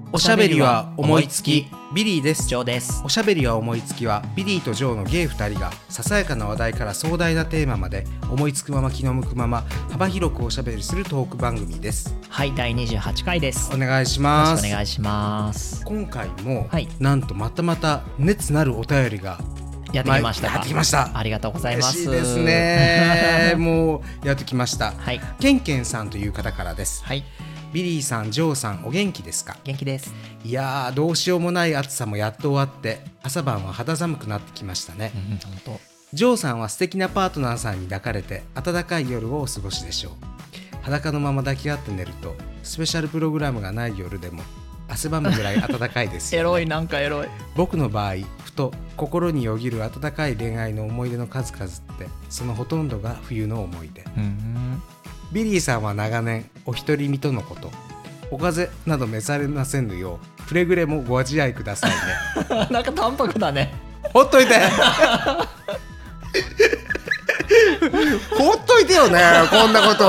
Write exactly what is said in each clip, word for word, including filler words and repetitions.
おしゃべりは思いつきビリーです。 ジョーです。 おしゃべりは思いつきはビリーとジョーのゲイふたりがささやかな話題から壮大なテーマまで思いつくまま気の向くまま幅広くおしゃべりするトーク番組です。 はい、だいにじゅうはちかいです。 お願いします。 よろしくお願いします。 今回も、 はい、 なんとまたまた熱なるお便りがやってきましたか。 やってきました。 ありがとうございます。 嬉しいですねもうやってきました、 はい、 ケンケンさんという方からです。 はい、 ビリーさん、ジョーさん、お元気ですか？ 元気です。 いやー、どうしようもない暑さもやっと終わって朝晩は肌寒くなってきましたね、 うん、本当。 ジョーさんは素敵なパートナーさんに抱かれて暖かい夜をお過ごしでしょう。裸のまま抱き合って寝るとスペシャルプログラムがない夜でも汗ばむぐらい暖かいですよ、ね、 エロい、なんかエロい。 僕の場合、ふと心によぎる温かい恋愛の思い出の数々ってそのほとんどが冬の思い出。 うん、 ビリーさんは長年お独り身とのこと、お風邪など召されませぬようくれぐれもご自愛くださいねなんか淡白だね。 ほっといてほっといてよね、こんなこと。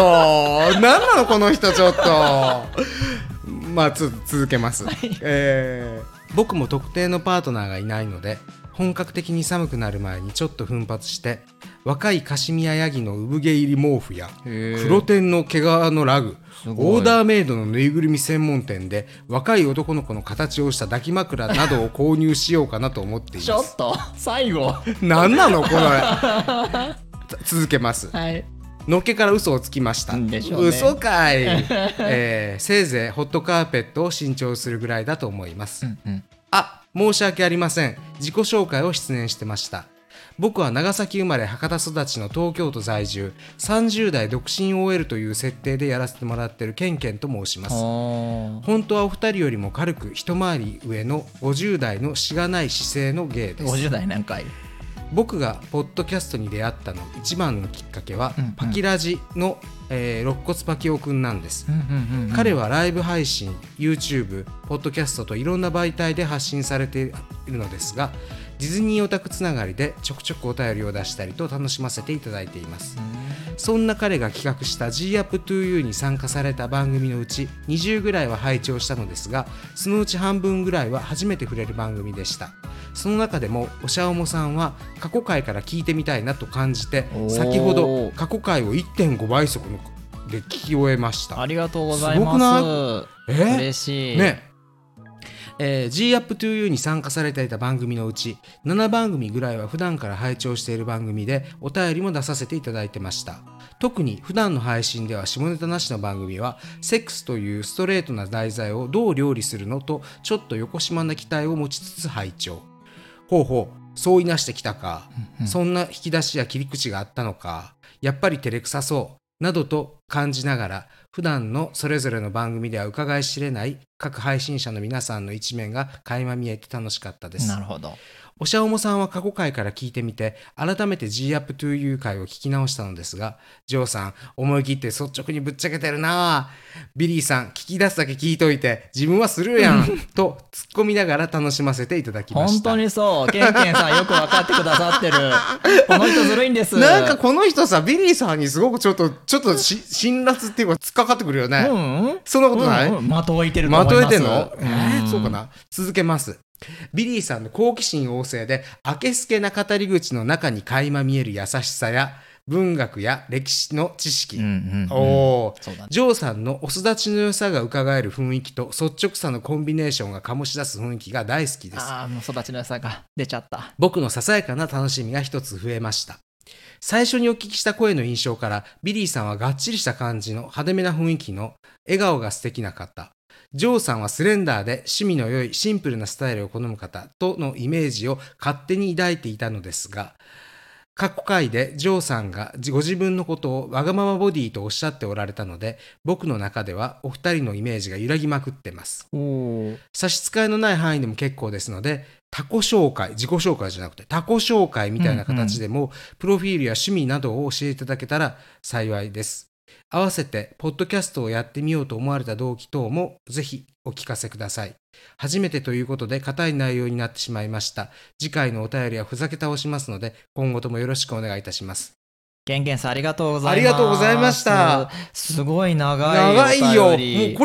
なんなのこの人、ちょっとまあつ続けます、はい。えー、僕も特定のパートナーがいないので本格的に寒くなる前にちょっと奮発して若いカシミヤヤギの産毛入り毛布や黒天の毛皮のラグ、オーダーメイドのぬいぐるみ専門店で若い男の子の形をした抱き枕などを購入しようかなと思っています。 ちょっと最後なんなのこれ続けます、はい。のっけから嘘をつきました。 でしょうね、 嘘かい、えー、せいぜいホットカーペットを新調するぐらいだと思います、うんうん。あ、申し訳ありません。自己紹介を失念してました。僕は長崎生まれ博多育ちの東京都在住さんじゅう代独身 オーエル という設定でやらせてもらっているケンケンと申します。本当はお二人よりも軽く一回り上のごじゅう代のしがない姿勢のゲイです。 ごじゅう代何回。 僕がポッドキャストに出会ったの一番のきっかけは、うんうん、パキラジの、えー、肋骨パキオくんなんです、うんうんうんうん。彼はライブ配信、YouTube、ポッドキャストといろんな媒体で発信されているのですが、ディズニーオタクつながりでちょくちょくお便りを出したりと楽しませていただいています。そんな彼が企画した G アップ トゥーユー に参加された番組のうちにじゅうぐらいは拝聴したのですが、そのうち半分ぐらいは初めて触れる番組でした。その中でもおしゃおもさんは過去回から聞いてみたいなと感じて、先ほど過去回を いってんご 倍速で聞き終えました。 ありがとうございます。 すごくない？えー、 嬉しいね。えー、G アップ トゥーユー に参加されていた番組のうちななばんぐみぐらいは普段から拝聴している番組でお便りも出させていただいてました。特に普段の配信では下ネタなしの番組はセックスというストレートな題材をどう料理するのとちょっと横島な期待を持ちつつ拝聴。ほうほう、そういなしてきたか、うんうん、そんな引き出しや切り口があったのか、やっぱり照れくさそうなどと感じながら、普段のそれぞれの番組では伺い知れない各配信者の皆さんの一面が垣間見えて楽しかったです。 なるほど。 おしゃおもさんは過去回から聞いてみて改めて G アップ トゥーユー 回を聞き直したのですが、ジョーさん思い切って率直にぶっちゃけてるな。ビリーさん聞き出すだけ聞いといて自分はスルーやんと突っ込みながら楽しませていただきました。 本当にそう、ケンケンさんよく分かってくださってるこの人ずるいんです。 なんかこの人さ、ビリーさんにすごくちょっとちょっとし辛辣っていうか突っかかってくるよね、うんうん、そんなことない、うんうん、 的を置いてると思います。 的を置いてんの、えー、そうかな。続けます。ビリーさんの好奇心旺盛であけすけな語り口の中に垣間見える優しさや文学や歴史の知識、うんうんうん、おー、ね、ジョーさんのお育ちの良さが伺える雰囲気と率直さのコンビネーションが醸し出す雰囲気が大好きです。 あー、もう育ちの良さが出ちゃった。 僕のささやかな楽しみが一つ増えました。最初にお聞きした声の印象からビリーさんはがっちりした感じの派手めな雰囲気の笑顔が素敵な方、ジョーさんはスレンダーで趣味の良いシンプルなスタイルを好む方とのイメージを勝手に抱いていたのですが、過去回でジョーさんがご自分のことをわがままボディとおっしゃっておられたので、僕の中ではお二人のイメージが揺らぎまくってます。差し支えのない範囲でも結構ですので、他己紹介、自己紹介じゃなくて他己紹介みたいな形でも、うんうん、プロフィールや趣味などを教えていただけたら幸いです。合わせてポッドキャストをやってみようと思われた動機等もぜひお聞かせください。初めてということで硬い内容になってしまいました。次回のお便りはふざけ倒しますので今後ともよろしくお願いいたします。 ケンケンさんありがとうございます。 ありがとうございました。 すごい長いお便り。 長いよ。もうこれ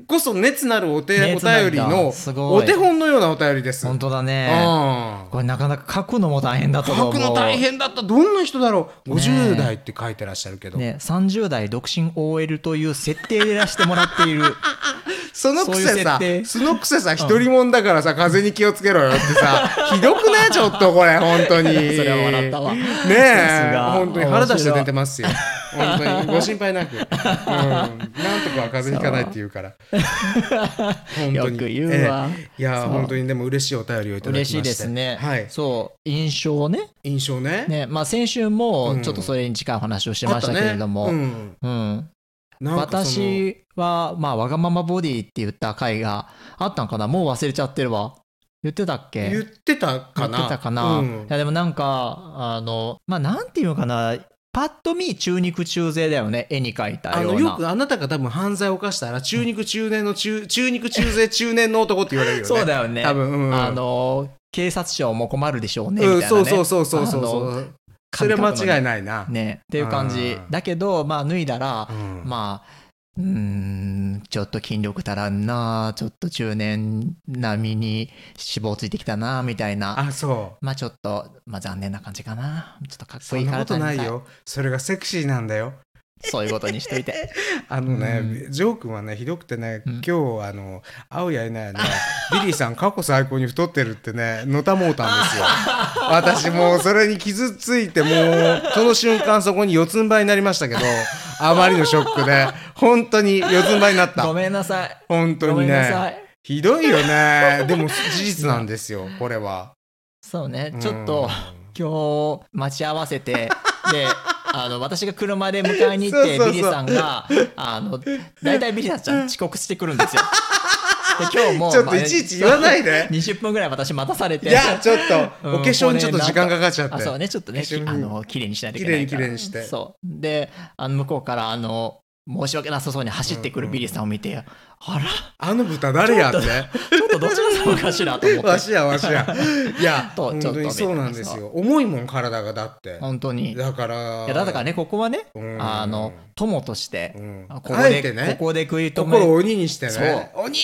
こそ熱なるお手お熱なるんだ便りのすごいお手本のようなお便りです。 本当だうね。 んこれなかなか書くのも大変だったと思う。 書くの大変だった。どんな人だろう。ごじゅう代って書いてらっしゃるけど、 ね、さんじゅう代独身 オーエル という設定でいらしてもらっているそのくそういう設せさ定そのくせさ一人もんだからさ、風に気をつけろよってさひどくねちょっとこれ本当にそれは笑ったわ。 ねさすえが本当に腹出して寝てますよ本当にご心配なく、うん、なんとかは風邪ひかないって言うから本当によく言うわ、 ええいやそう本当にでも嬉しいお便りをいただきまして嬉しいですね、 はい、 そう印象ね印象ねね、まあ、先週もちょっとそれに近い話をしてましたけれども、 あったねうんうんなんかその私は、まあ、わがままボディって言った回があったんかな、もう忘れちゃってるわ。言ってたっけ？ 言ってたかな言ってたかな、 うんいやでもなんかあのまあなんていうのかな、パッと見中肉中背だよね、絵に描いたあような。 のよくあなたが多分犯罪を犯したら中肉中年の中中肉中背中年の男って言われるよねそうだよね多分、うん、 あの警察庁も困るでしょうねみうん、 たいなね、 そうそうそうそうそうあのそうそれは間違いないな、 ねっていう感じだけど、まあ脱いだら、 うんまあうーんちょっと筋力足らんな、ちょっと中年並みに脂肪ついてきたなみたいな、 あそうまあちょっと、まあ、残念な感じかな、ちょっとかっこそんなこといい体にないよそれがセクシーなんだよそういうことにしといてあのね、 うジョー君はねひどくてね、 うん今日あの会うやいないやねビリーさん過去最高に太ってるってねのたもうたんですよ私もうそれに傷ついてもうその瞬間そこに四つん這いになりましたけどあまりのショックで本当に四つん這いになったごめんなさい本当ごめにんなさいねひどいよねでも事実なんですよこれはそうねちょっと今日待ち合わせてであの私が車で迎えに行ってそうそうそうビリさんがあの大体ビリちゃん遅刻してくるんですよで今日もちょっといちいち言わないでにじゅっぷんぐらい私待たされていやちょっとうんお化粧にちょっと時間かかっちゃって、 あそうねちょっとね化粧にあの綺麗にしないといけないから綺麗に綺麗にしてそうであの向こうからあの申し訳なさそうに走ってくるビリーさんを見て、あらあの豚誰やってちょっとどちら様かしらと思ってわしやわしやいやと本ちょっと当にそうなんですよ重いもん体がだって本当にだからいやだからねここはね、 うんあの友として、 うんここであえてねここで食い止心をめ鬼にしてねそう鬼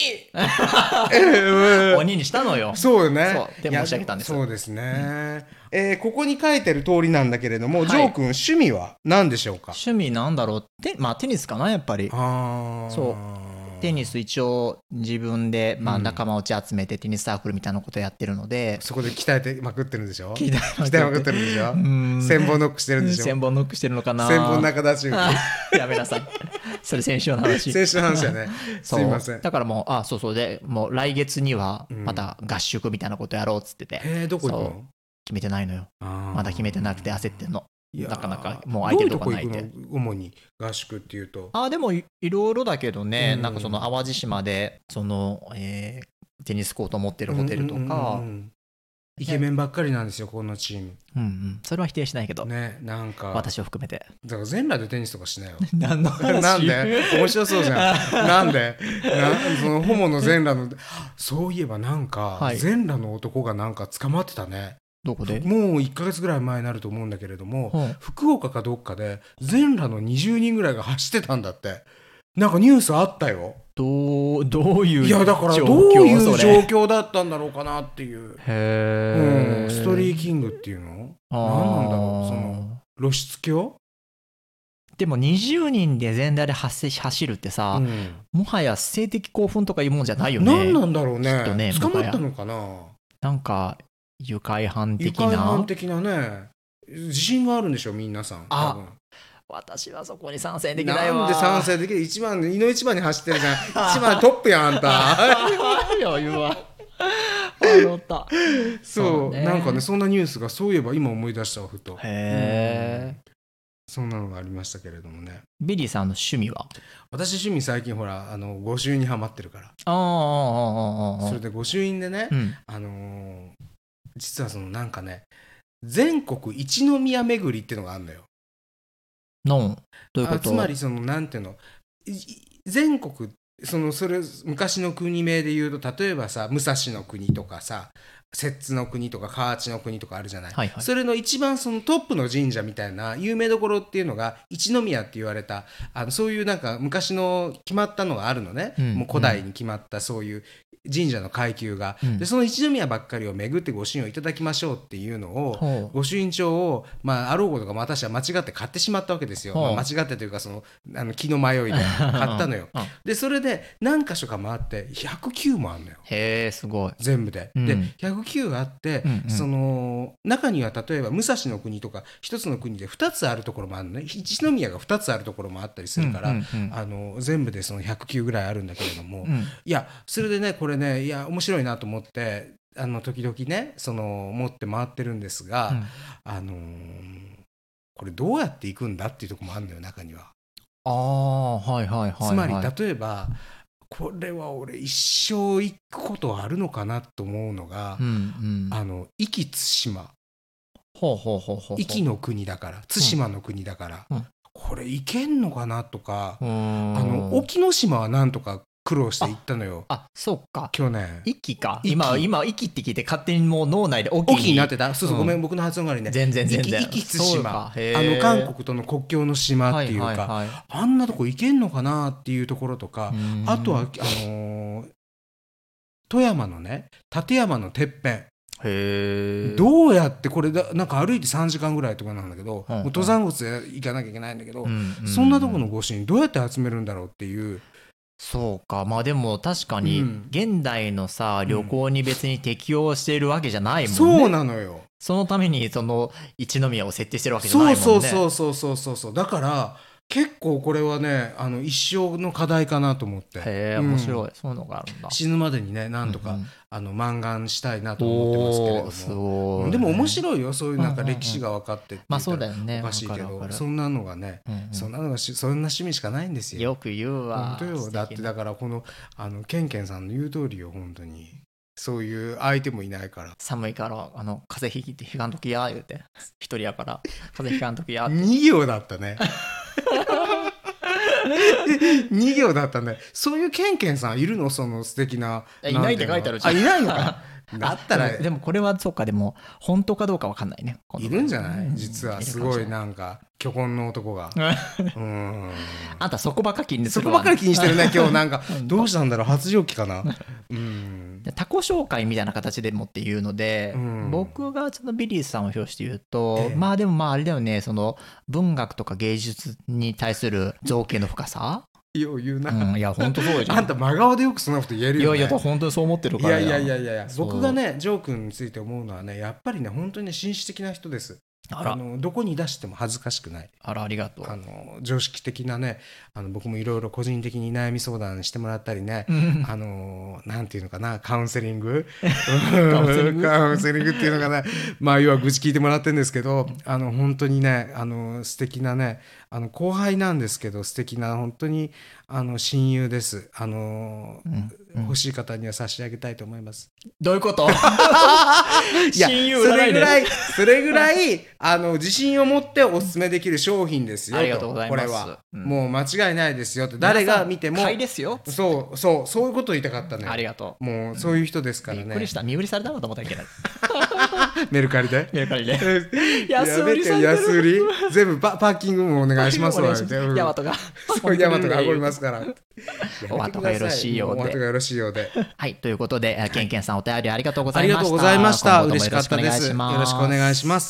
鬼にしたのよ。 そうよねそうでいや申し上げたんですそうですね、えーここに書いてる通りなんだけれども、 はいジョー君趣味は何でしょうか？ 趣味なんだろうってまあテニスかなやっぱり。 あーそうテニス一応自分で、まあ、 うん仲間内集めてテニスサークルみたいなことやってるので、 そこで鍛えてまくってるんでしょ？ 鍛えまくって鍛えまくってるんでしょ？ うん千本ノックしてるんでしょ？ 千本ノックしてるのかな。 千本中出しあやめなさいそれ先週の話。 先週の話だねすそういませんだからもうあそうそうでもう来月にはまた合宿みたいなことやろうっつってて、 えー、どこ行くそうの？ 決めてないのよ。 ままだ決めてなくて焦ってんの。 いやーなかなかもう空いてるとこないんでどういうとこ行くの主に合宿っていうとあでもいいろいろだけどね、 うんなんかその淡路島でその、えーテニスコート持ってるホテルとか、 うんうんうんうんイケメンばっかりなんですよこのチームうんうん、それは否定しないけど、 ねなんか私を含めて。 だから全裸でテニスとかしなよ何の話なんで面白そうじゃんなんでなそのホモの全裸のそういえばなんか、 はい全裸の男がなんか捕まってたねどこで？ もういっかげつぐらい前になると思うんだけれども、 うん福岡かどっかで全裸のにじゅうにんぐらいが走ってたんだってなんかニュースあったよどうどういういやだから状況どういうそれ状況だったんだろうかなっていう、 へーうん、ストリーキングっていうのあー何なんだろうその露出狂、 でもにじゅうにんで全裸で走走るってさ、 うんもはや性的興奮とかいうもんじゃないよね。 何なんだろうねきっとね捕まったのかななんか愉快犯愉的な快犯的なね自信があるんでしょ皆さんあ多分私はそこに賛成できないわ。 なんで賛成できる一番胃の一番に走ってるじゃん一番トップやんあんた余裕は笑った。 そうねなんかねそんなニュースがそういえば今思い出したわふとへえ、 そんなのがありましたけれどもねビリーさんの趣味は？ 私趣味最近ほらあの御朱印にハマってるからああああああああそれで御朱印でね、 うんあのー実はそのなんかね全国一宮巡りっていうのがあるんだよのどういうこと？ あつまりそのなんていうのい全国そのそれ昔の国名で言うと例えばさ武蔵の国とかさ摂津の国とか河内の国とかあるじゃない、 はいはい、 それの一番そのトップの神社みたいな有名どころっていうのが一宮って言われたあのそういうなんか昔の決まったのがあるのね、うん、もう古代に決まったそういう神社の階級が、うん、でその一宮ばっかりを巡って御朱印をいただきましょうっていうのを御朱印帳を、まあ、あろうことか私は間違って買ってしまったわけですよ、まあ、間違ってというかそのあの気の迷いで買ったのよでそれで何箇所か回ってひゃくきゅうもあるのよ。 へーすごい全部で、うん、でひゃくきゅうあって、うんうん、その中には例えば武蔵の国とか一つの国でふたつあるところもあるのね。一宮がふたつあるところもあったりするから、うんうんうん、あの全部でそのひゃくきゅうぐらいあるんだけれども、うん、いやそれでねこれねいや面白いなと思ってあの時々ねその持って回ってるんですが、うん、あのー、これどうやって行くんだっていうところもあるんだよ中には。 ああはいはいはい、はい、 つまり例えばこれは俺一生行くことあるのかなと思うのが、うんうん、あの壱岐対馬ほうほうほうほう壱岐の国だから対馬の国だから、うん、これ行けんのかなとか、あの沖ノ島はなんとか苦労して行ったのよ。 あ、あそうか去年壱岐か今今壱岐って聞いて勝手にもう脳内で沖 に, になってた。そうそう、うん、ごめん僕の発音が悪いね。 全然全然壱岐対馬あの韓国との国境の島っていうか、はいはいはい、あんなとこ行けんのかなっていうところとか、あとはあのー、富山のね立山のてっぺんへどうやってこれだなんか歩いてさんじかんぐらいとかなんだけど、うんうん、もう登山靴で行かなきゃいけないんだけど、うんうんうん、そんなとこの御朱印どうやって集めるんだろうっていう。 そうかまあでも確かに現代のさ、うん、旅行に別に適応しているわけじゃないもんね。 そうなのよ。 そのためにその一宮を設定してるわけじゃないもんね。 そうそうそうそうそうそうだから結構これはねあの一生の課題かなと思って。 へえ、うん、面白い。そういうのがあるんだ。 死ぬまでにねなんとか、うんうん、あの満願したいなと思ってますけれども。 すごい。 でも面白いよそういうなんか歴史が分かってってまあそうだよね。 おかしいけどそんなのがね、うんうん、そんなのがそんな趣味しかないんですよ。 よく言うわ。 本当よ。だってだからこのあのケンケンさんの言う通りよ本当に。そういう相手もいないから寒いからあの風邪ひいてひかんときや言うて一人やから風邪ひかんときやってに行だったねに行だったね。そういうケンケンさんいるのその素敵な。 いないって書いてあるじゃん。 あいないのかだったらでもこれはそうかでも本当かどうか分かんないね。 いるんじゃない実はすごいなんか巨根の男がうんあんたそこばっか気にするわ、ね、そこばっかり気にしてるね今日なんかどうしたんだろう発情期かなうん他己紹介みたいな形でもっていうので、うん、僕がそのビリーさんを表して言うと、ええ、まあでもまああれだよねその文学とか芸術に対する造形の深さよう言うな、 うん、いや本当そうじゃん。 あんた真顔でよくそんなこと言えるよね。 いやいや本当にそう思ってるからいやいやいやいや僕がねジョー君について思うのはねやっぱりね本当にね紳士的な人です。あらあのどこに出しても恥ずかしくない。 あらありがとう。 あの常識的なねあの僕もいろいろ個人的に悩み相談してもらったりねあのなんていうのかなカウンセリングカウンセリングカウンセリングっていうのかなまあ要は愚痴聞いてもらってるんですけどあの本当にねあの素敵なねあの後輩なんですけど素敵な本当にあの親友です。あの、うんうん、欲しい方には差し上げたいと思います。 どういうこといや親友それぐらいそれぐらいあの自信を持ってお勧めできる商品ですよ。 ありがとうございます。 これは、うん、もう間違いないですよって誰が見ても買いですよ。 そうそうそういうことを言いたかったのよ。 ありがとう。もうそういう人ですからね。 びっくりした。身売りされたのと思ったっけない。 メルカリでメルカリで安売りされてる。 安売り全部 パ, パーキングもお願いしますわ。 ヤマトがヤマトが運びますからお後がよろしいようでお後がよろしいようではいということでケンケンさんお便りありがとうございました。 ありがとうございました。嬉しかったです。よろしくお願いします。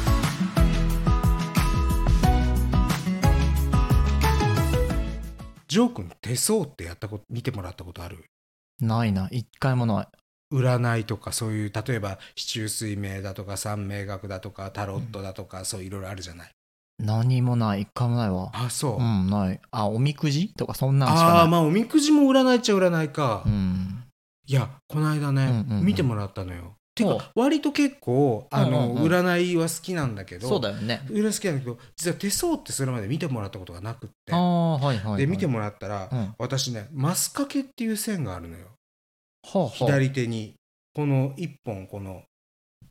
ジョー君手相ってやったこと見てもらったことある？ ないな一回もない。 占いとかそういう例えば四柱推命だとか三名学だとかタロットだとか、うん、そういろいろあるじゃない。 何もない一回もないわ。 あそう、 うんないあおみくじとかそんなんしかない。 ああまあおみくじも占いっちゃ占いか、 うん、 いやこの間ね、うんうんうん、見てもらったのよ。てか割と結構あの、うんうんうん、占いは好きなんだけどそうだよね占い好きなんだけど実は手相ってそれまで見てもらったことがなくってあ、はいはいはい、 で見てもらったら、うん、私ねマスカケっていう線があるのよ、 はあはあ、 左手にこの一本この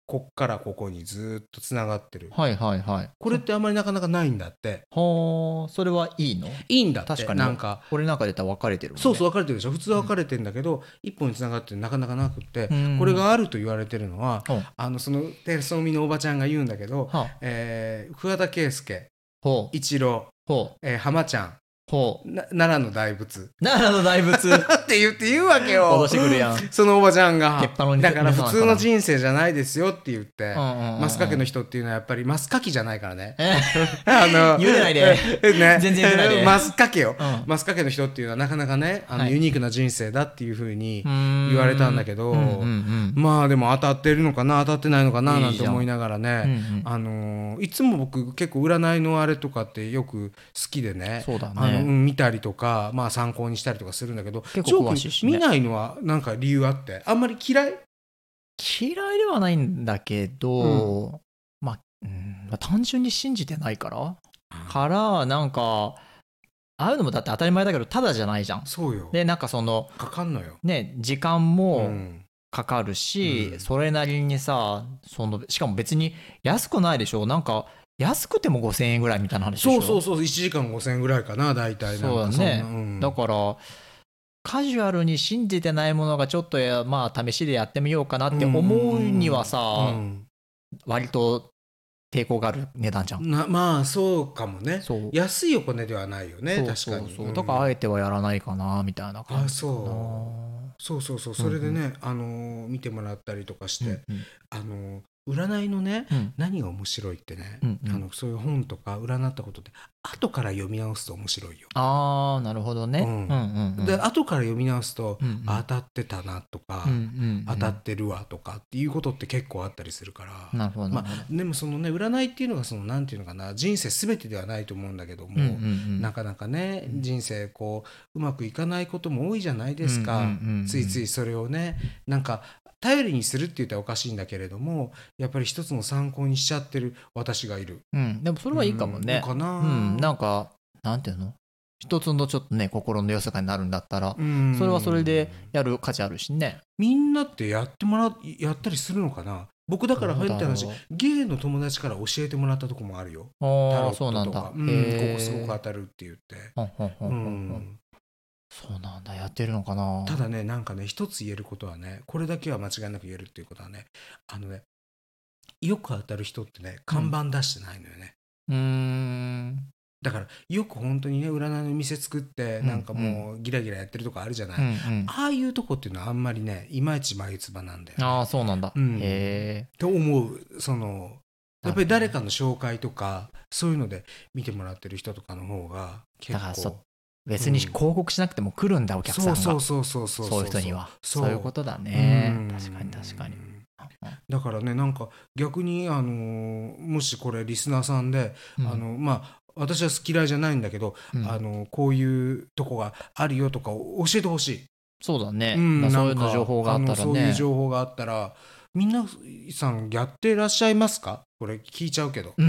こっからここにずっとつながってる。 はいはいはい。 これってあんまりなかなかないんだって。 はあ、それはいいの？ いいんだって。 確かになんかこれなんかで言ったら分かれてるもんね。 そうそう分かれてるでしょ。普通は分かれてるんだけど、うん、一本につながってなかなかなくって、これがあると言われてるのは、あのそのテレソミのおばちゃんが言うんだけど、えー、桑田佳祐、一郎、えー、浜ちゃん、ほうな奈良の大仏奈良の大仏って言って言うわけよ。 脅してくるやん。 そのおばちゃんが鉄板のだから普通の人生じゃないですよって言って、マスカケの人っていうのはやっぱりマスカキじゃないからね。 あの言うてないで、ね、全然言うてないで。 マスカケよ、うん、マスカケの人っていうのはなかなかねあの、はい、ユニークな人生だっていう風に言われたんだけど、うんうんうん、まあでも当たってるのかな当たってないのかななんて思いながらね、いいあのいつも僕結構占いのあれとかってよく好きでね、 そうだね、 あの、うん、見たりとか、まあ、参考にしたりとかするんだけど、 結構詳しいしね、 見ないのはなんか理由あって、あんまり嫌い嫌いではないんだけど、うん、まあ、うん、単純に信じてないから、うん、からなんかああいうのもだって当たり前だけどただじゃないじゃん。 そうよ。 でなんかそのかかんのよ、 ね、時間もかかるし、うん、それなりにさそのしかも別に安くないでしょ。なんか安くてもごせんえんぐらいみたいな話でしょ。 そうそうそう、いちじかんごせんえんぐらいかな大体。 そうだね、うん、だからカジュアルに信じてないものがちょっとやまあ試しでやってみようかなって思うにはさ、うんうん、割と抵抗がある値段じゃん。 なまあそうかもね。安いお金ではないよね。確かに。 そうそうそう、だからあえてはやらないかなみたいな感じかな。 あそうそうそうそう、それでね、うんうん、あのー、見てもらったりとかして、うんうん、あのー占いのね、うん、何が面白いってね、うんうん、あのそういう本とか占ったことって後から読み直すと面白いよ。 あーなるほどね、うんうんうんうん、 で後から読み直すと、うんうん、当たってたなとか、うんうんうん、当たってるわとかっていうことって結構あったりするから。 なるほど、 まあ、でもそのね占いっていうのがそのなんていうのかな、人生全てではないと思うんだけども、うんうんうん、なかなかね人生こううまくいかないことも多いじゃないですか、うんうんうんうん、ついついそれをねなんか頼りにするって言ったらおかしいんだけれども、やっぱり一つの参考にしちゃってる私がいる、 うん、でもそれはいいかもね、 うん、かな、 うん、なんかなんていうの一つのちょっとね心のよさになるんだったら、うん、それはそれでやる価値あるしね。 みんなってやってもらやったりするのかな。僕だから入った話ゲイの友達から教えてもらったとこもあるよ。タロットとか、 そうなんだ、 うん、ここすごく当たるって言って、 うん、そうなんだ、やってるのかな。 ただねなんかね一つ言えることはね、これだけは間違いなく言えるっていうことはね、あのねよく当たる人ってね看板出してないのよね。 うーんだからよく本当にね占いの店作ってなんかもうギラギラやってるとこあるじゃない、うんうん、ああいうとこっていうのはあんまりねいまいち眉唾なんだよね。 ああそうなんだ、うん、へえと思う。そのやっぱり誰かの紹介とかそういうので見てもらってる人とかの方が結構、だからそ別に広告しなくても来るんだ、うん、お客さんが。 そうそうそうそうそういう人にはそういうことだね、うん、確かに確かに。 だからねなんか逆にあのー、もしこれリスナーさんで、うん、あのまあ私は嫌いじゃないんだけど、うん、あのこういうとこがあるよとか教えてほしい。 そうだね、うん、そういうの情報があったらね、 そういう情報があったらみんなさんやってらっしゃいますか？これ聞いちゃうけど、 うん、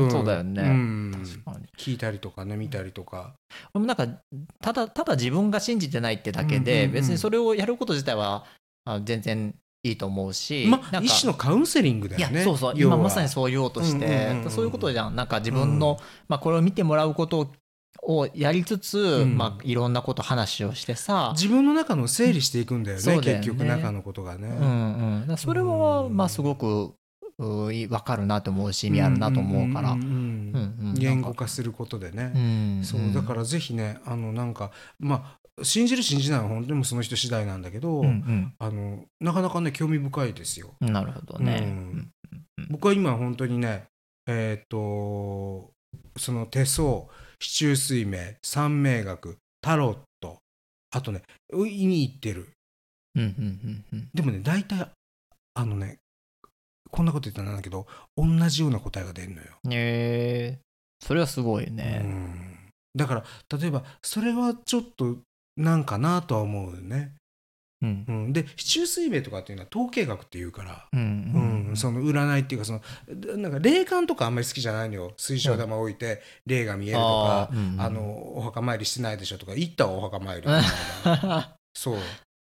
そうだよね、うん、 確かに聞いたりとかね見たりとか。 でもなんかただただ自分が信じてないってだけで、うんうんうん、別にそれをやること自体は全然いいと思うし、 まあ、一種のカウンセリングだよね。 いやそうそう、今まさにそう言おうとして、うんうんうんうん、そういうことじゃん。なんか自分の、うんまあ、これを見てもらうことをやりつつ、うんまあ、いろんなこと話をしてさ自分の中の整理していくんだよね、うん、結局中のことがね、 うんうん、それはまあすごく分かるなと思うし意味あるなと思うから言語化することでね、うんうん、そうだからぜひねあのなんかまあ信じる信じないは本当にもその人次第なんだけど、うんうん、あのなかなかね興味深いですよ。 なるほどね、 うんうん、僕は今本当にねえっとその手相四柱推命三名学タロットあとねに行ってる、 うんうんうんうん、 でもね大体あのねこんなこと言ったらなんだけど同じような答えが出るのよ。 へえそれはすごいね。 うんだから例えばそれはちょっとなんかなとは思うよね、うんうん、で四柱推命とかっていうのは統計学っていうから、うんうんうん、その占いっていうかそのなんか霊感とかあんまり好きじゃないのよ。水晶玉置いて霊が見えるとか、うん、あのお墓参りしてないでしょとか行ったお墓参りそう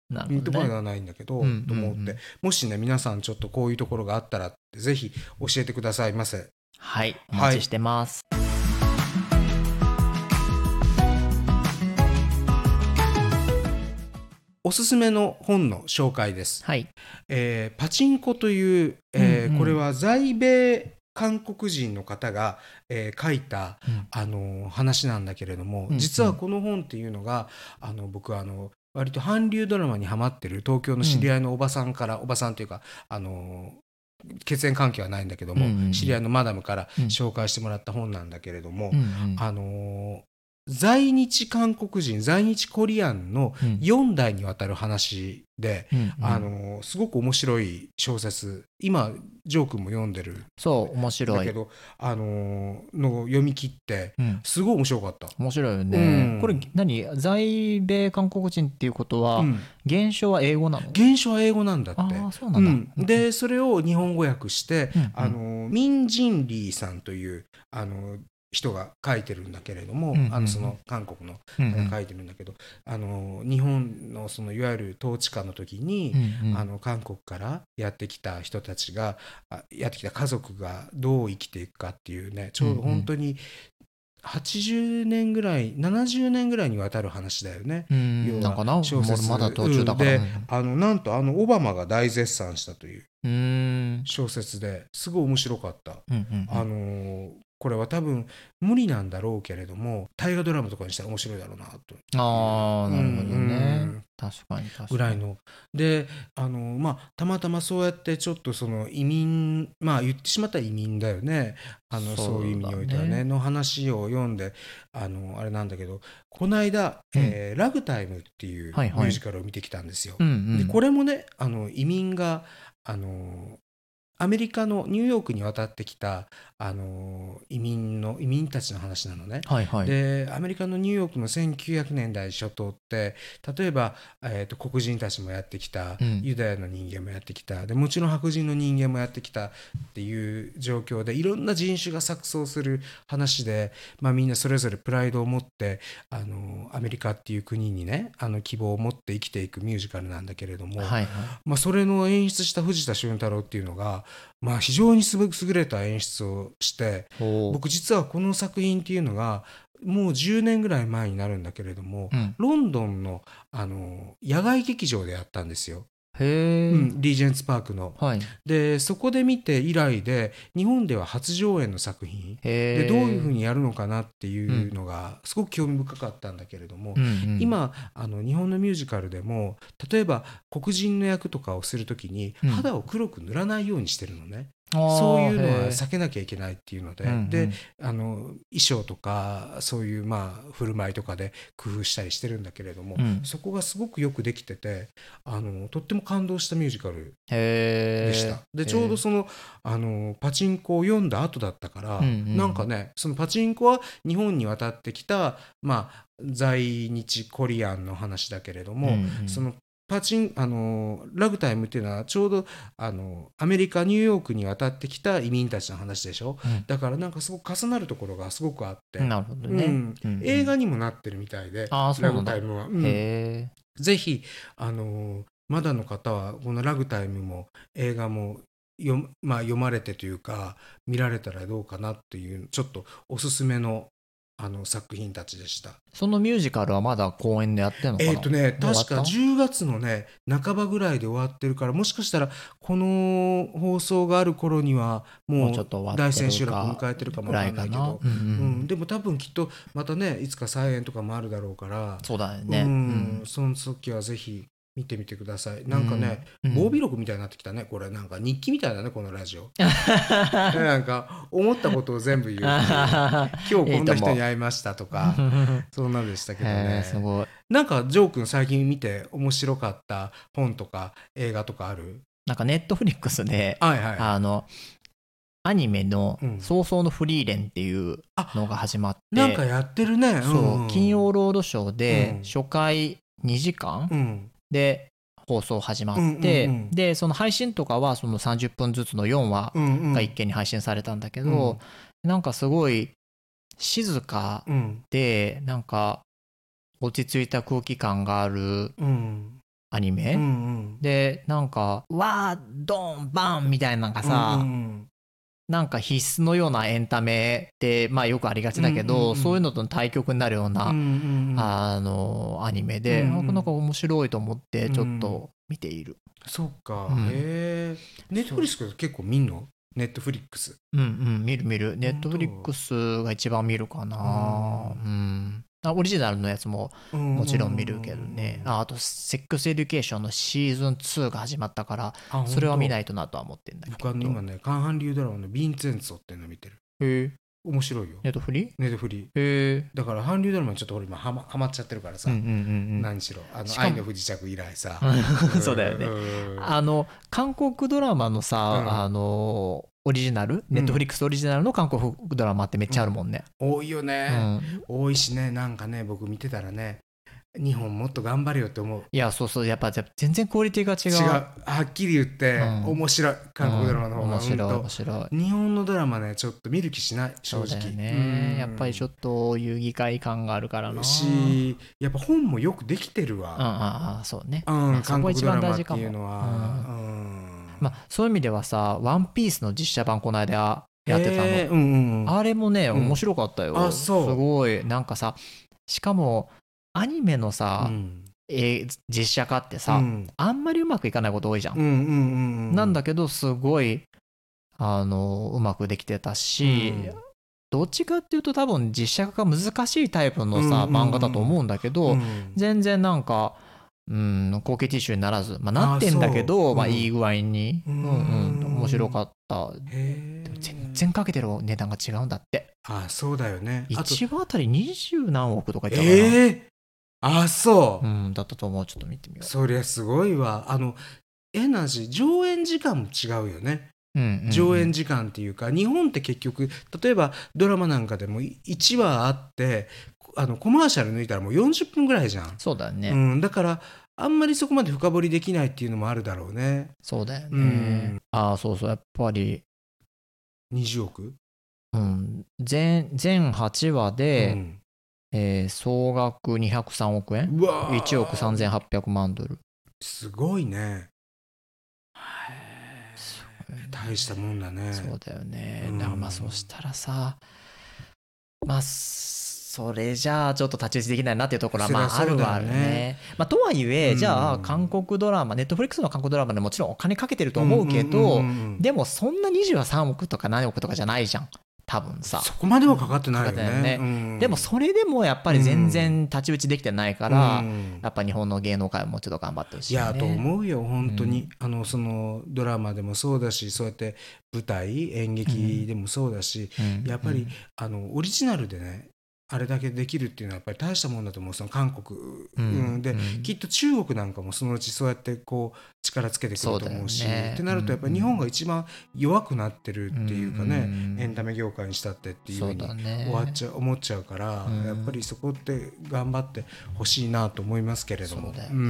ピンところがないんだけど、 うんうんうん、 と思って、もしね皆さんちょっとこういうところがあったらぜひ教えてくださいませ。 はい、お待ちしてます、はい。 おすすめの本の紹介です、 はい。 えー、パチンコという、えーうんうん、これは在米韓国人の方が、えー、書いた、うん、あの話なんだけれども、うんうん、実はこの本っていうのがあの僕はあの割と韓流ドラマにハマってる東京の知り合いのおばさんから、うん、おばさんというかあの血縁関係はないんだけども、うんうん、知り合いのマダムから紹介してもらった本なんだけれども、うんうん、あの在日韓国人在日コリアンのよん代にわたる話で、うんうん、あのすごく面白い小説、今ジョー君も読んでる、 そう面白いだけどあのの読み切ってすごい面白かった、 うん、面白いよね、うん、これ何在米韓国人っていうことは、うん、原書は英語なの？ 原書は英語なんだって。 あ、そうなんだ、 うん、でそれを日本語訳して、うんうん、あのミン・ジンリーさんというあの人が書いてるんだけれども、うんうんうん、あのその韓国の、うんうん、書いてるんだけど、あの日本のそのいわゆる統治下の時に、うんうん、あの韓国からやってきた人たちがやってきた家族がどう生きていくかっていうね、ちょうど本当にはちじゅうねんぐらいななじゅうねんぐらいにわたる話だよね。 うん、要は小説まだ途中だから、 で、あのなんとあのオバマが大絶賛したという小説ですごい面白かった、うんうんうん、あのこれは多分無理なんだろうけれども大河ドラマとかにしたら面白いだろうなと。 ああ、なるほどね、うん、確かに確かにぐらいので、あのまあたまたまそうやってちょっとその移民、まあ言ってしまったら移民だよね、あの そう、 そういう意味においてはねの話を読んで、あのあれなんだけど、この間、うん、えー、ラグタイムっていうミュージカルを見てきたんですよ、はいはい、でこれもねあの移民があのアメリカのニューヨークに渡ってきたあの移民の移民たちの話なのね、はいはい、でアメリカのニューヨークのせんきゅうひゃくねんだい初頭って例えば、えーと、黒人たちもやってきた、うん、ユダヤの人間もやってきたでもちろん白人の人間もやってきたっていう状況でいろんな人種が錯綜する話で、まあ、みんなそれぞれプライドを持ってあのアメリカっていう国にねあの希望を持って生きていくミュージカルなんだけれども、はいはい、まあ、それの演出した藤田俊太郎っていうのがまあ、非常に優れた演出をして僕実はこの作品っていうのがもうじゅうねんぐらい前になるんだけれども、うん、ロンドン の, あの野外劇場でやったんですよ。 へうん、リージェンツパークの、はい、でそこで見て以来で日本では初上演の作品でどういうふうにやるのかなっていうのがすごく興味深かったんだけれども、うんうん、今あの日本のミュージカルでも例えば黒人の役とかをするときに肌を黒く塗らないようにしてるのね、うん、そういうのは避けなきゃいけないっていうので、うんうん、であの衣装とかそういうまあ振る舞いとかで工夫したりしてるんだけれども、うん、そこがすごくよくできててあのとっても感動したミュージカルでした。でちょうどそのあのパチンコを読んだ後だったから、うんうん、なんかねそのパチンコは日本に渡ってきた、まあ、在日コリアンの話だけれども、うんうん、そのパチンあのラグタイムっていうのはちょうどあのアメリカニューヨークに渡ってきた移民たちの話でしょ、うん、だからなんかすごく重なるところがすごくあって、 なるほどね、うんうんうん、映画にもなってるみたいでラグタイムは、うん、へーぜひあのまだの方はこのラグタイムも映画も読、まあ、読まれてというか見られたらどうかなっていうちょっとおすすめのあの作品たちでした。 そのミュージカルはまだ公演でやってるのかな。 えっとね確かじゅうがつのね半ばぐらいで終わってるからもしかしたらこの放送がある頃にはもう大千秋楽を迎えてるかもわかんないけど、うんうんうん、でも多分きっとまたねいつか再演とかもあるだろうからそうだよね、 うんうん、その時はぜひ見てみてください。なんかね、うん、防備録みたいになってきたね。これなんか日記みたいだねこのラジオなんか思ったことを全部言う今日こんな人に会いましたとかそんなんでしたけどね。 すごい。 なんかジョー君最近見て面白かった本とか映画とかある？ なんかネットフリックスで、はいはい、あのアニメの早々のフリーレンっていうのが始まって、 うん、なんかやってるね、 そう、うんうん、金曜ロードショーで初回にじかん、うんで放送始まって、うんうんうん、でその配信とかはそのさんじゅっぷんずつのよんわが一気に配信されたんだけど、うんうん、なんかすごい静かで、うん、なんか落ち着いた空気感があるアニメ、 うんうん、 でなんかわードンバンみたいなのがさ、うんうん、なんか必須のようなエンタメってまあよくありがちだけど、うんうんうん、そういうのとの対極になるような、うんうんうん、あのアニメで、うんうん、なんか面白いと思ってちょっと見ている、 うん、そうか、うん、へえ。ネットフリックス結構見んの？ネットフリックス。 うんうん見る見る。ネットフリックスが一番見るかな。うん、うんあオリジナルのやつももちろん見るけどね。あ, あとセックスエデュケーションのシーズンツーが始まったからそれは見ないとなとは思ってんだけど。 僕は今ね韓韓流ドラマのヴィンセンツォっていうのを見てる。 へえ面白いよ。 ネットフリネットフリへえだから韓流ドラマにちょっと俺今ハマハマっちゃってるからさ、うんうんうんうん、何しろあの愛の不時着以来さそうだよね。あの韓国ドラマのさ、うん、あのオリジナルネットフリックスオリジナルの韓国ドラマってめっちゃあるもんね、 うん、多いよね、うん、多いしね。なんかね僕見てたらね日本もっと頑張れよって思う。 いやそうそうやっぱ全然クオリティが違う。 違うはっきり言って、うん、面白い韓国ドラマの方が、うん、 面白い面白い。 日本のドラマねちょっと見る気しない正直。 そうだよね、うん、やっぱりちょっと遊戯会感があるからなしやっぱ本もよくできてるわ。 うんああそうね、 うん、まあ、韓国ドラマっていうのは、うんうんまあ、そういう意味ではさワンピースの実写版この間やってたの、 うんうんうん、 あれもね面白かったよ、うん、 あそうすごいなんかさしかもアニメのさ、うんえー、実写化ってさ、うん、あんまりうまくいかないこと多いじゃん、うんうんうんうん、なんだけどすごいあのうまくできてたし、うん、どっちかっていうと多分実写化が難しいタイプのさ、うんうんうん、漫画だと思うんだけど、うん、全然なんかうん後継ティッシュにならず、まあ、なってんだけど、うんまあ、いい具合に、うんうんうん、面白かった。へでも全然かけてる値段が違うんだって。 あそうだよね。 いちわあたりにじゅう何億とか言ったかな。 えー、あそう、 うん、だったと思う。ちょっと見てみよう。 そりゃすごいわ。あの変な話上演時間も違うよね。うんうんうん、上演時間っていうか日本って結局例えばドラマなんかでもいちわあってあのコマーシャル抜いたらもうよんじゅっぷんぐらいじゃん。 そうだね、 うん、だからあんまりそこまで深掘りできないっていうのもあるだろうね。 そうだよね、うん、ああそうそうやっぱりにじゅうおく、 うん、全, 全はちわで、うんえー、総額にひゃくさんおくえん、うわいちおくさんぜんはっぴゃくまんドル。 すごいね。大したもんだね。 そうだよね。だからまあそしたらさまあそれじゃあちょっと太刀打ちできないなっていうところはまああるわね。ねまあ、とはいえ、うん、じゃあ韓国ドラマネットフリックスの韓国ドラマでもちろんお金かけてると思うけど、でもそんなにじゅうさんおくとか何億とかじゃないじゃん多分さ。 そこまではかかってないよ ね, よね、 うん、でもそれでもやっぱり全然太刀打ちできてないから、うん、やっぱ日本の芸能界もちょっと頑張ってほしい、ね、 いやと思うよ本当に、うん、あのそのドラマでもそうだしそうやって舞台演劇でもそうだし、うん、やっぱり、うん、あのオリジナルでねあれだけできるっていうのはやっぱり大したもんだと思う。その韓国、うんうん、で、うん、きっと中国なんかもそのうちそうやってこう力つけてくると思うし、ね、ってなるとやっぱり日本が一番弱くなってるっていうかね、うん、エンタメ業界にしたってっていうふうに終わっちゃう思っちゃうから、うん、やっぱりそこって頑張ってほしいなと思いますけれども。 そうだよね、うん、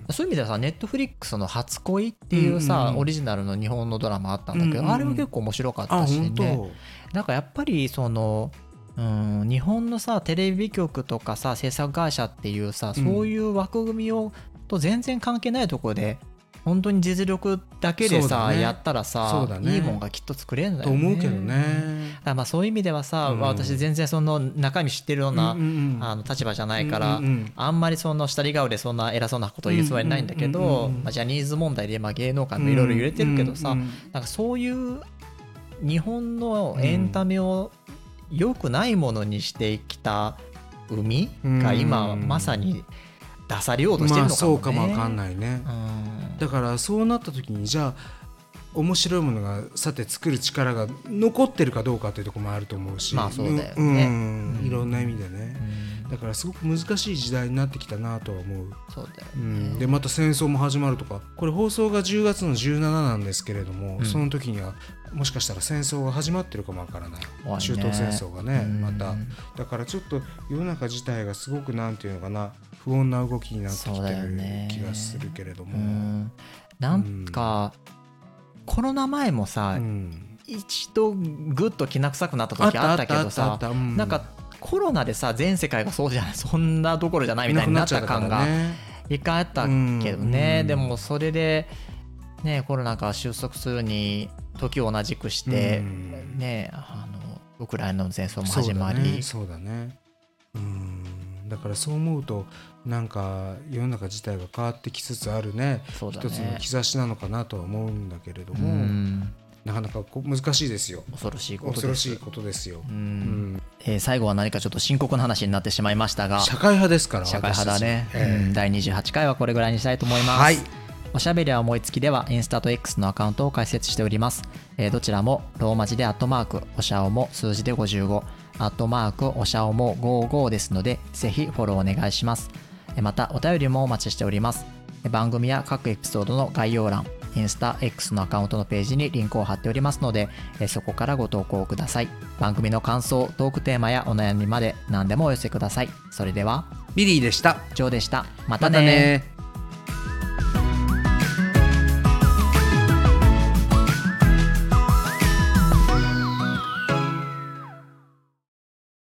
そういう意味ではさネットフリックスの初恋っていうさ、うんうん、オリジナルの日本のドラマあったんだけど、うんうん、あれも結構面白かったしね。なんかやっぱりそのうん、日本のさテレビ局とかさ制作会社っていうさ、うん、そういう枠組みをと全然関係ないところで本当に実力だけでさ、ね、やったらさ、ね、いいもんがきっと作れるんだよねと思うけどね。 だからまあそういう意味ではさ、うん、私全然その中身知ってるような、うんうんうん、あの立場じゃないから、うんうん、あんまりその下り顔でそんな偉そうなことを言うつもりないんだけど、うんうんうんまあ、ジャニーズ問題でまあ芸能界もいろいろ揺れてるけどさ、うんうんうん、なんかそういう日本のエンタメを良くないものにしてきた海が今まさに出されようとしてるのかもね、まあ、そうかもわかんないね、 うん、だからそうなった時にじゃあ面白いものがさて作る力が残ってるかどうかっていうところもあると思うし、 まあそうだよね、 うんうん、いろんな意味でね、うん、だからすごく難しい時代になってきたなとは思う。 そうだよね、 うん、でまた戦争も始まるとかこれ放送がじゅうがつのじゅうしちなんですけれども、うん、その時にはもしかしたら戦争が始まってるかもわからない、ね、中東戦争がね、うん、まただからちょっと世の中自体がすごくなんていうのかな不穏な動きになってきてる気がするけれども、うん、 なんか、うん、コロナ前もさ、うん、一度ぐっときな臭くなった時あったけどさ、うん、なんかコロナでさ全世界がそうじゃないそんなどころじゃないみたいになった感がいっかいあったけどね、でもそれでねコロナが収束するに時を同じくしてね、あのウクライナの戦争も始まり、 そうだね、そうだね、うん、だからそう思うとなんか世の中自体が変わってきつつあるね、 そうだね、 一つの兆しなのかなとは思うんだけれども、うん、なかなかこう難しいですよ。 恐ろしいことです。 恐ろしいことですよ。うん、 うんえー、最後は何かちょっと深刻な話になってしまいましたが、 社会派ですから社会派だね、 えーうん、だいにじゅうはちかいはこれぐらいにしたいと思います。 はい、 おしゃべりは思いつきではインスタと X のアカウントを開設しております、えー、どちらもローマ字でアットマークおしゃおも数字でごじゅうごアットマークおしゃおもごじゅうごですのでぜひフォローお願いします。またお便りもお待ちしております。番組や各エピソードの概要欄、インスタ X のアカウントのページにリンクを貼っておりますのでそこからご投稿ください。番組の感想、トークテーマやお悩みまで何でもお寄せください。それではビリーでした。 ジョーでした。またね。 またね。